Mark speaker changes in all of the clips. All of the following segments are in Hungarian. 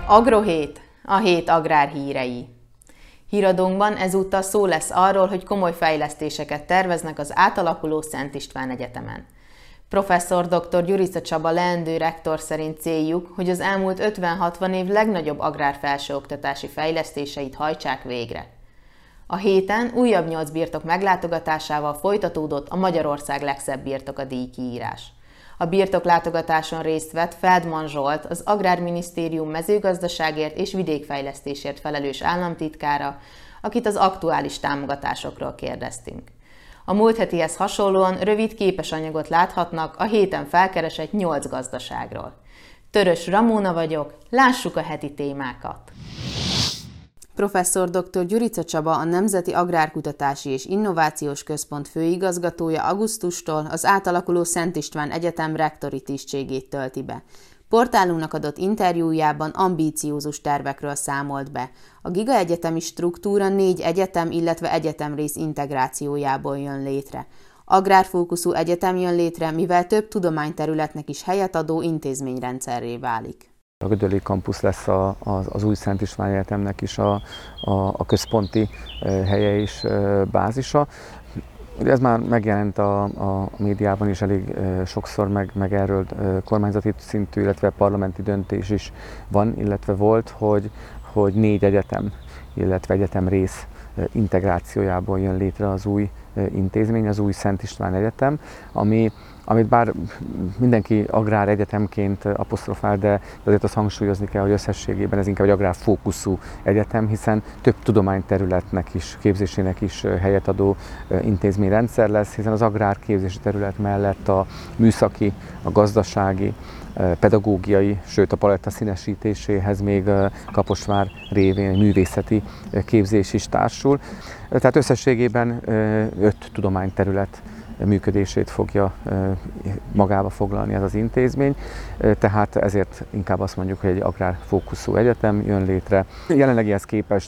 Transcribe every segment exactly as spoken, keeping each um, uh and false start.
Speaker 1: Agrohét, a hét agrárhírei. Híradónkban ezúttal szó lesz arról, hogy komoly fejlesztéseket terveznek az átalakuló Szent István Egyetemen. Professzor dr. Gyurica Csaba leendő rektor szerint céljuk, hogy az elmúlt ötven-hatvan év legnagyobb agrárfelsőoktatási fejlesztéseit hajtsák végre. A héten újabb nyolc birtok meglátogatásával folytatódott a Magyarország legszebb birtoka díjkiírás. A birtoklátogatáson részt vett Feldman Zsolt, az Agrárminisztérium mezőgazdaságért és vidékfejlesztésért felelős államtitkára, akit az aktuális támogatásokról kérdeztünk. A múlt hetihez hasonlóan rövid képesanyagot láthatnak a héten felkeresett nyolc gazdaságról. Törös Ramóna vagyok, lássuk a heti témákat! Professzor dr. Gyurica Csaba, a Nemzeti Agrárkutatási és Innovációs Központ főigazgatója augusztustól az átalakuló Szent István Egyetem rektori tisztségét tölti be. Portálunknak adott interjújában ambíciózus tervekről számolt be. A gigaegyetemi struktúra négy egyetem, illetve egyetemrész integrációjából jön létre. Agrárfókuszú egyetem jön létre, mivel több tudományterületnek is helyet adó intézményrendszerré válik.
Speaker 2: A Gödöllői Campus lesz a, az, az új Szent István Egyetemnek is a, a, a központi helye és bázisa. Ugye ez már megjelent a, a médiában is elég sokszor, meg, meg erről kormányzati szintű, illetve parlamenti döntés is van, illetve volt, hogy, hogy négy egyetem, illetve egyetemrész integrációjából jön létre az új intézmény, az új Szent István Egyetem, ami amit bár mindenki agráregyetemként apostrofál, de azért azt hangsúlyozni kell, hogy összességében ez inkább egy agrárfókuszú egyetem, hiszen több tudományterületnek is, képzésének is helyet adó intézményrendszer lesz, hiszen az agrárképzési terület mellett a műszaki, a gazdasági, pedagógiai, sőt a paletta színesítéséhez még Kaposvár révén művészeti képzés is társul. Tehát összességében öt tudományterület működését fogja magába foglalni ez az intézmény, tehát ezért inkább azt mondjuk, hogy egy agrárfókuszú egyetem jön létre. Jelenlegihez képest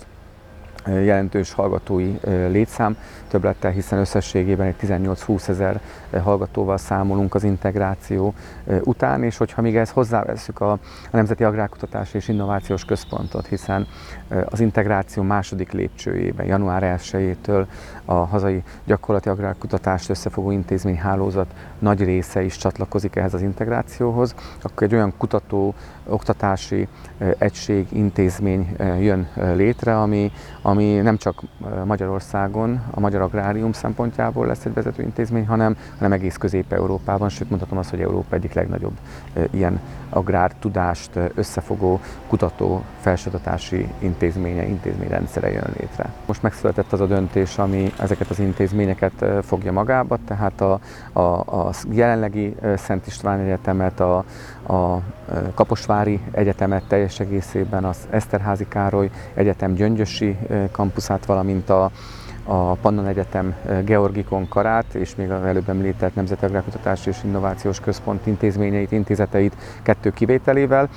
Speaker 2: jelentős hallgatói létszám többlettel, hiszen összességében egy tizennyolc-húsz ezer hallgatóval számolunk az integráció után, és hogyha még ezt hozzáveszünk a, a Nemzeti Agrárkutatási és Innovációs Központot, hiszen az integráció második lépcsőjében, január elsejétől a hazai gyakorlati agrárkutatást összefogó intézményhálózat nagy része is csatlakozik ehhez az integrációhoz, akkor egy olyan kutató, oktatási egység, intézmény jön létre, ami, ami nem csak Magyarországon, a magyar agrárium szempontjából lesz egy vezető intézmény, hanem, hanem egész Közép-Európában, sőt mondhatom azt, hogy Európa egyik legnagyobb ilyen agrártudást összefogó kutató felsőoktatási intézménye, intézményrendszere jön létre. Most megszületett az a döntés, ami ezeket az intézményeket fogja magába, tehát a, a, a jelenlegi Szent István Egyetemet, a, a Kaposvári Egyetemet teljes egészében, az Eszterházy Károly Egyetem gyöngyösi kampuszát, valamint a a Pannon Egyetem Georgikon karát, és még az előbb említett Nemzeti Agrárkutatási és Innovációs Központ intézményeit, intézeteit kettő kivételével,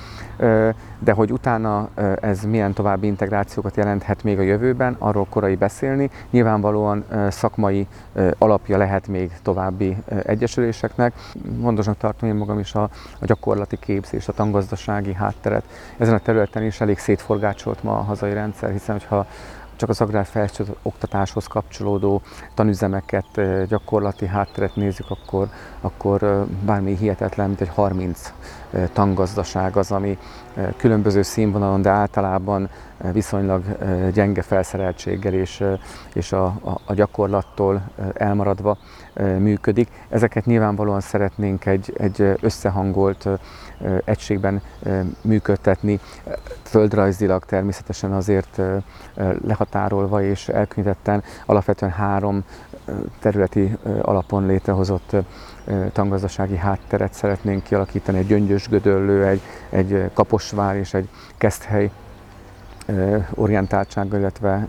Speaker 2: de hogy utána ez milyen további integrációkat jelenthet még a jövőben, arról korai beszélni. Nyilvánvalóan szakmai alapja lehet még további egyesüléseknek. Fontosnak tartom én magam is a, a gyakorlati képzés, a tangazdasági hátteret. Ezen a területen is elég szétforgácsolt ma a hazai rendszer, hiszen hogyha csak az agrárfelső oktatáshoz kapcsolódó tanüzemeket, gyakorlati hátteret nézzük, akkor, akkor bármi hihetetlen, mint egy harminc tangazdaság az, ami különböző színvonalon, de általában viszonylag gyenge felszereltséggel és, és a, a, a gyakorlattól elmaradva működik. Ezeket nyilvánvalóan szeretnénk egy, egy összehangolt egységben működtetni, földrajzilag természetesen azért lehatárolva és elkülönítetten, alapvetően három területi alapon létrehozott tangazdasági hátteret szeretnénk kialakítani, egy Gyöngyös-Gödöllő, egy, egy Kaposvár és egy Keszthely orientáltsággal, illetve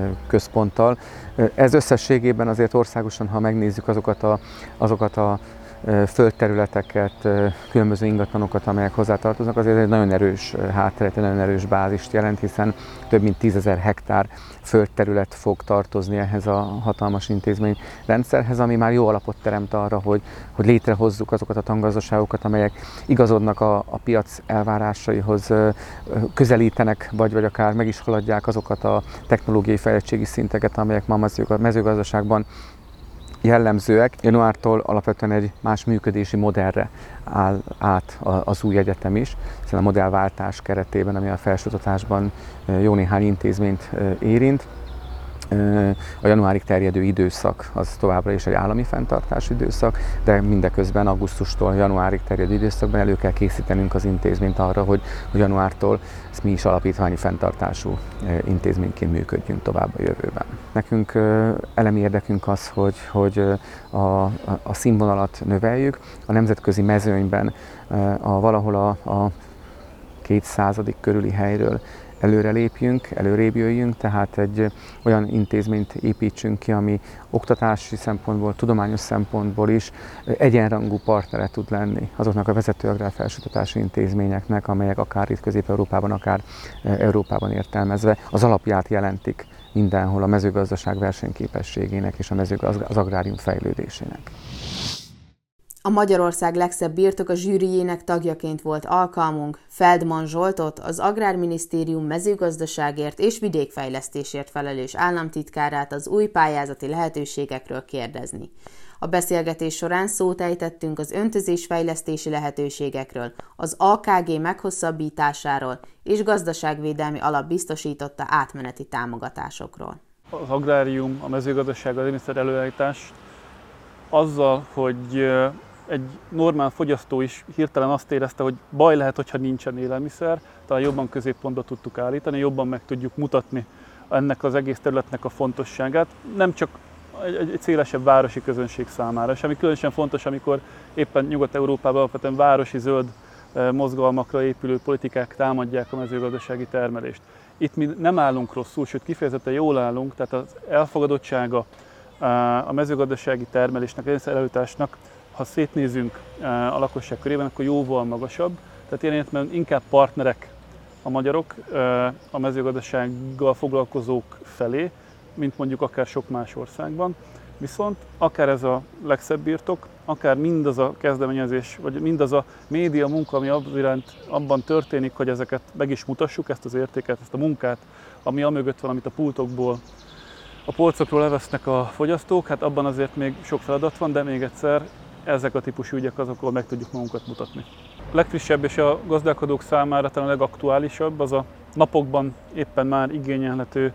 Speaker 2: központtal. Ez összességében azért országosan, ha megnézzük azokat a, azokat a földterületeket, különböző ingatlanokat, amelyek hozzátartoznak, azért egy nagyon erős hátteret, egy nagyon erős bázist jelent, hiszen több mint tízezer hektár földterület fog tartozni ehhez a hatalmas intézményrendszerhez, ami már jó alapot teremt arra, hogy, hogy létrehozzuk azokat a tangazdaságokat, amelyek igazodnak a, a piac elvárásaihoz, közelítenek, vagy, vagy akár meg is haladják azokat a technológiai fejlettségi szinteket, amelyek ma a mezőgazdaságban jellemzőek. Januártól alapvetően egy más működési modellre áll át az új egyetem is, hiszen a modellváltás keretében, ami a felsőoktatásban jó néhány intézményt érint, a januárig terjedő időszak az továbbra is egy állami fenntartású időszak, de mindeközben augusztustól januárig terjedő időszakban elő kell készítenünk az intézményt arra, hogy januártól ezt mi is alapítványi fenntartású intézményként működjünk tovább a jövőben. Nekünk elemi érdekünk az, hogy, hogy a, a színvonalat növeljük, a nemzetközi mezőnyben a, valahol a, a kétszázadik körüli helyről előre lépjünk, előrébb jöjjünk, tehát egy olyan intézményt építsünk ki, ami oktatási szempontból, tudományos szempontból is egyenrangú partnere tud lenni azoknak a vezető agrárfelsőoktatási intézményeknek, amelyek akár itt Közép-Európában, akár Európában értelmezve az alapját jelentik mindenhol a mezőgazdaság versenyképességének és a mezőgaz, az agrárium fejlődésének.
Speaker 1: A Magyarország legszebb birtoka zsűrijének tagjaként volt alkalmunk Feldman Zsoltot, az Agrárminisztérium mezőgazdaságért és vidékfejlesztésért felelős államtitkárát az új pályázati lehetőségekről kérdezni. A beszélgetés során szót ejtettünk az öntözésfejlesztési lehetőségekről, az á ká gé meghosszabbításáról és gazdaságvédelmi alap biztosította átmeneti támogatásokról.
Speaker 3: Az agrárium, a mezőgazdaság, az élelmiszer előállítás azzal, hogy egy normál fogyasztó is hirtelen azt érezte, hogy baj lehet, hogyha nincsen élelmiszer, talán jobban középpontba tudtuk állítani, jobban meg tudjuk mutatni ennek az egész területnek a fontosságát, nem csak egy, egy szélesebb városi közönség számára, és ami különösen fontos, amikor éppen Nyugat-Európában alapvetően városi zöld mozgalmakra épülő politikák támadják a mezőgazdasági termelést. Itt mi nem állunk rosszul, sőt kifejezetten jól állunk, tehát az elfogadottsága a mezőgazdasági termelésnek, a élelmiszerellátásnak, ha szétnézünk a lakosság körében, akkor jóval magasabb. Tehát ilyen értelemben inkább partnerek a magyarok a mezőgazdasággal foglalkozók felé, mint mondjuk akár sok más országban. Viszont akár ez a legszebb birtok, akár mindaz a kezdeményezés, vagy mindaz a média munka, ami abban történik, hogy ezeket meg is mutassuk, ezt az értéket, ezt a munkát, ami amögött van, amit a pultokból, a polcokról levesznek a fogyasztók, hát abban azért még sok feladat van, de még egyszer ezek a típusú ügyek azok, ahol meg tudjuk magunkat mutatni. A legfrissebb és a gazdálkodók számára talán a legaktuálisabb az a napokban éppen már igényelhető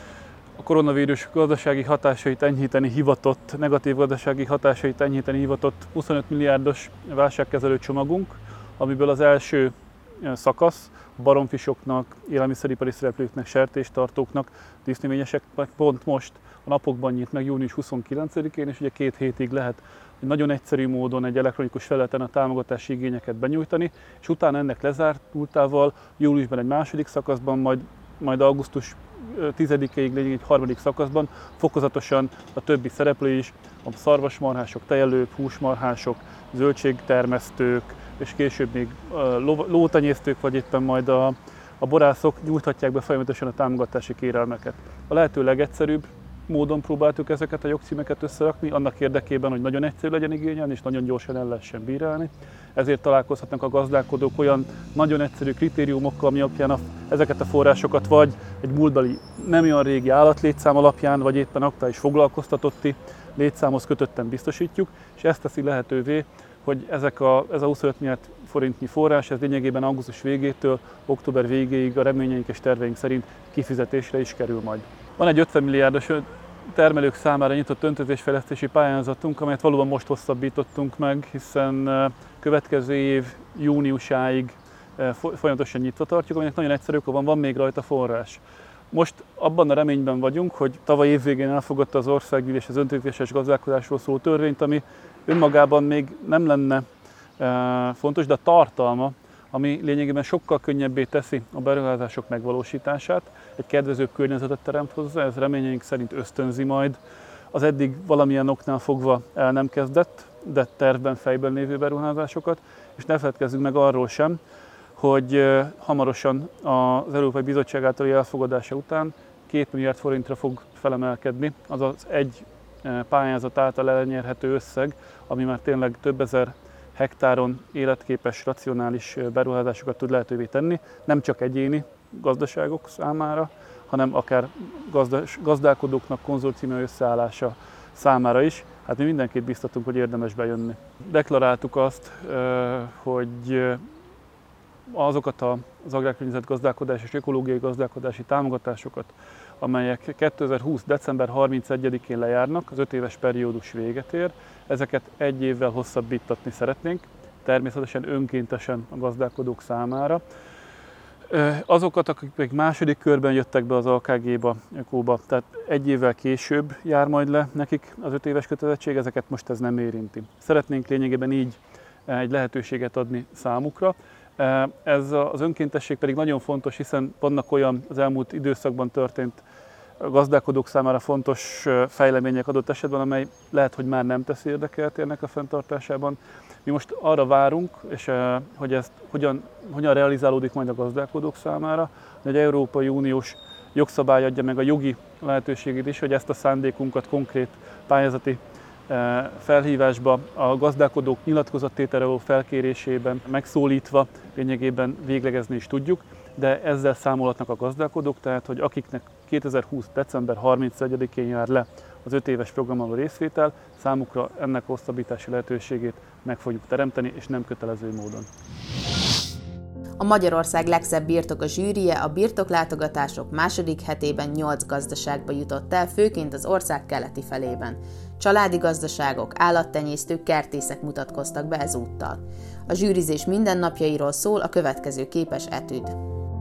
Speaker 3: a koronavírus gazdasági hatásait enyhíteni hivatott, negatív gazdasági hatásait enyhíteni hivatott huszonöt milliárdos válságkezelő csomagunk, amiből az első szakasz baromfisoknak, élelmiszeripari szereplőknek, sertéstartóknak, dísznövényeseknek pont most a napokban nyit meg június huszonkilencedikén, és ugye két hétig lehet egy nagyon egyszerű módon egy elektronikus felületen a támogatási igényeket benyújtani, és utána ennek lezárultával júliusban egy második szakaszban, majd, majd augusztus tizedikéig lényeg egy harmadik szakaszban fokozatosan a többi szereplő is, a szarvasmarhások, tejelők, húsmarhások, zöldségtermesztők, és később még lótenyésztők, vagy éppen majd a, a borászok nyújthatják be folyamatosan a támogatási kérelmeket. A lehető legegyszerűbb módon próbáltuk ezeket a jogcímeket összerakni, annak érdekében, hogy nagyon egyszerű legyen igényelni, és nagyon gyorsan el lehessen bírálni. Ezért találkozhatnak a gazdálkodók olyan nagyon egyszerű kritériumokkal, ami alapján a, ezeket a forrásokat vagy egy múltbeli nem olyan régi állatlétszám alapján, vagy éppen aktuális foglalkoztatotti létszámhoz kötötten biztosítjuk, és ezt teszi lehetővé, hogy ezek a, ez a huszonöt milliárd forintnyi forrás, ez lényegében augusztus végétől október végéig a reményeink és terveink szerint kifizetésre is kerül majd. Van egy ötven milliárdos termelők számára nyitott öntözésfejlesztési pályázatunk, amelyet valóban most hosszabbítottunk meg, hiszen következő év júniusáig folyamatosan nyitva tartjuk, aminek nagyon egyszerű oka van, van még rajta forrás. Most abban a reményben vagyunk, hogy tavaly évvégén elfogadta az országgyűlés az öntözéses gazdálkodásról szóló törvényt, ami önmagában még nem lenne e, fontos, de a tartalma, ami lényegében sokkal könnyebbé teszi a beruházások megvalósítását, egy kedvezőbb környezetet teremt hozzá, ez reményeink szerint ösztönzi majd az eddig valamilyen oknál fogva el nem kezdett de tervben, fejben lévő beruházásokat, és ne feledkezzünk meg arról sem, hogy hamarosan az Európai Bizottság általi elfogadása után két milliárd forintra fog felemelkedni, azaz egy pályázat által elnyerhető összeg, ami már tényleg több ezer hektáron életképes, racionális beruházásokat tud lehetővé tenni, nem csak egyéni gazdaságok számára, hanem akár gazdas, gazdálkodóknak konzorciuma összeállása számára is. Hát mi mindenkit biztatunk, hogy érdemes bejönni. Deklaráltuk azt, hogy azokat az agrárkörnyezet gazdálkodás és ökológiai gazdálkodási támogatásokat, amelyek kétezer-húsz. december harmincegyedikén lejárnak, az öt éves periódus véget ér, ezeket egy évvel hosszabbítatni szeretnénk, természetesen önkéntesen a gazdálkodók számára. Azokat, akik még második körben jöttek be az á ká gé-ba, ökóba, tehát egy évvel később jár majd le nekik az öt éves kötelezettség, ezeket most ez nem érinti. Szeretnénk lényegében így egy lehetőséget adni számukra. Ez az önkéntesség pedig nagyon fontos, hiszen vannak olyan az elmúlt időszakban történt a gazdálkodók számára fontos fejlemények adott esetben, amely lehet, hogy már nem tesz érdekelt ennek a fenntartásában. Mi most arra várunk, és hogy ez hogyan, hogyan realizálódik majd a gazdálkodók számára, hogy egy Európai Uniós jogszabály adja meg a jogi lehetőségét is, hogy ezt a szándékunkat konkrét pályázati felhívásba, a gazdálkodók nyilatkozattételre való felkérésében megszólítva lényegében véglegezni is tudjuk, de ezzel számolhatnak a gazdálkodók, tehát hogy akiknek kétezer-húsz. december harmincegyedikén jár le az öt éves programon részvétel, számukra ennek hosszabbítási lehetőségét meg fogjuk teremteni, és nem kötelező módon.
Speaker 1: A Magyarország legszebb birtoka zsűrije a birtoklátogatások második hetében nyolc gazdaságba jutott el, főként az ország keleti felében. Családi gazdaságok, állattenyésztők, kertészek mutatkoztak be ezúttal. A zsűrizés mindennapjairól szól a következő képes etüd.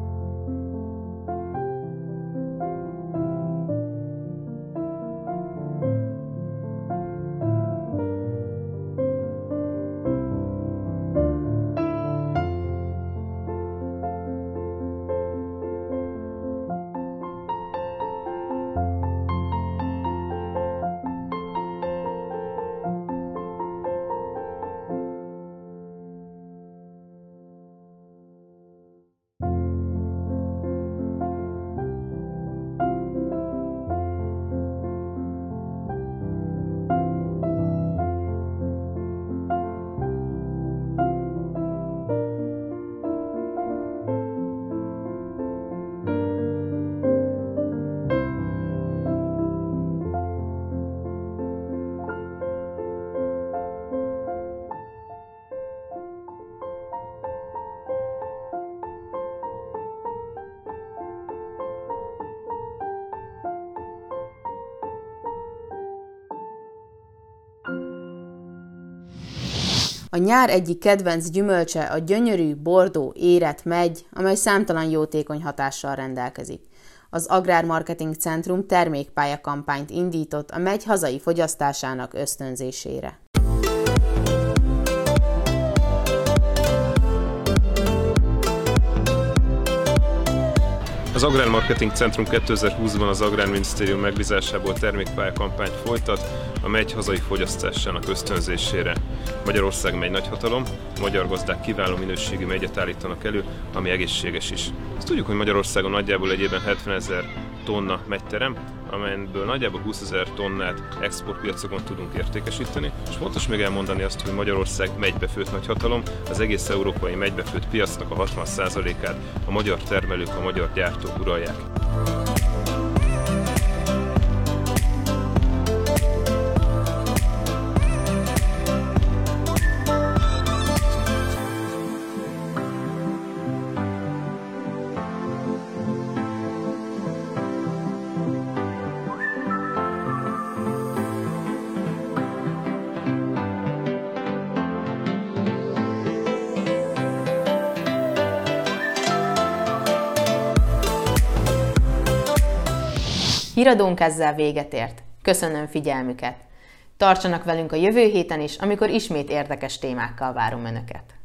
Speaker 1: A nyár egyik kedvenc gyümölcse a gyönyörű, bordó, érett megy, amely számtalan jótékony hatással rendelkezik. Az Agrármarketing Centrum termékpálya-kampányt indított a megy hazai fogyasztásának ösztönzésére.
Speaker 4: Az Agrármarketing Centrum kétezer-húszban az Agrárminisztérium megbízásából termékpálya-kampányt folytat a megy hazai fogyasztásának ösztönzésére. Magyarország megy nagyhatalom, a magyar gazdák kiváló minőségű megyet állítanak elő, ami egészséges is. Azt tudjuk, hogy Magyarországon nagyjából egy évben hetvenezer tonna megyterem, amelyből nagyjából húszezer tonnát exportpiacokon tudunk értékesíteni, és fontos még elmondani azt, hogy Magyarország megybefőtt nagyhatalom, az egész európai megybefőtt piacnak a hatvan százalékát a magyar termelők, a magyar gyártók uralják.
Speaker 1: Híradónk ezzel véget ért. Köszönöm figyelmüket! Tartsanak velünk a jövő héten is, amikor ismét érdekes témákkal várom Önöket!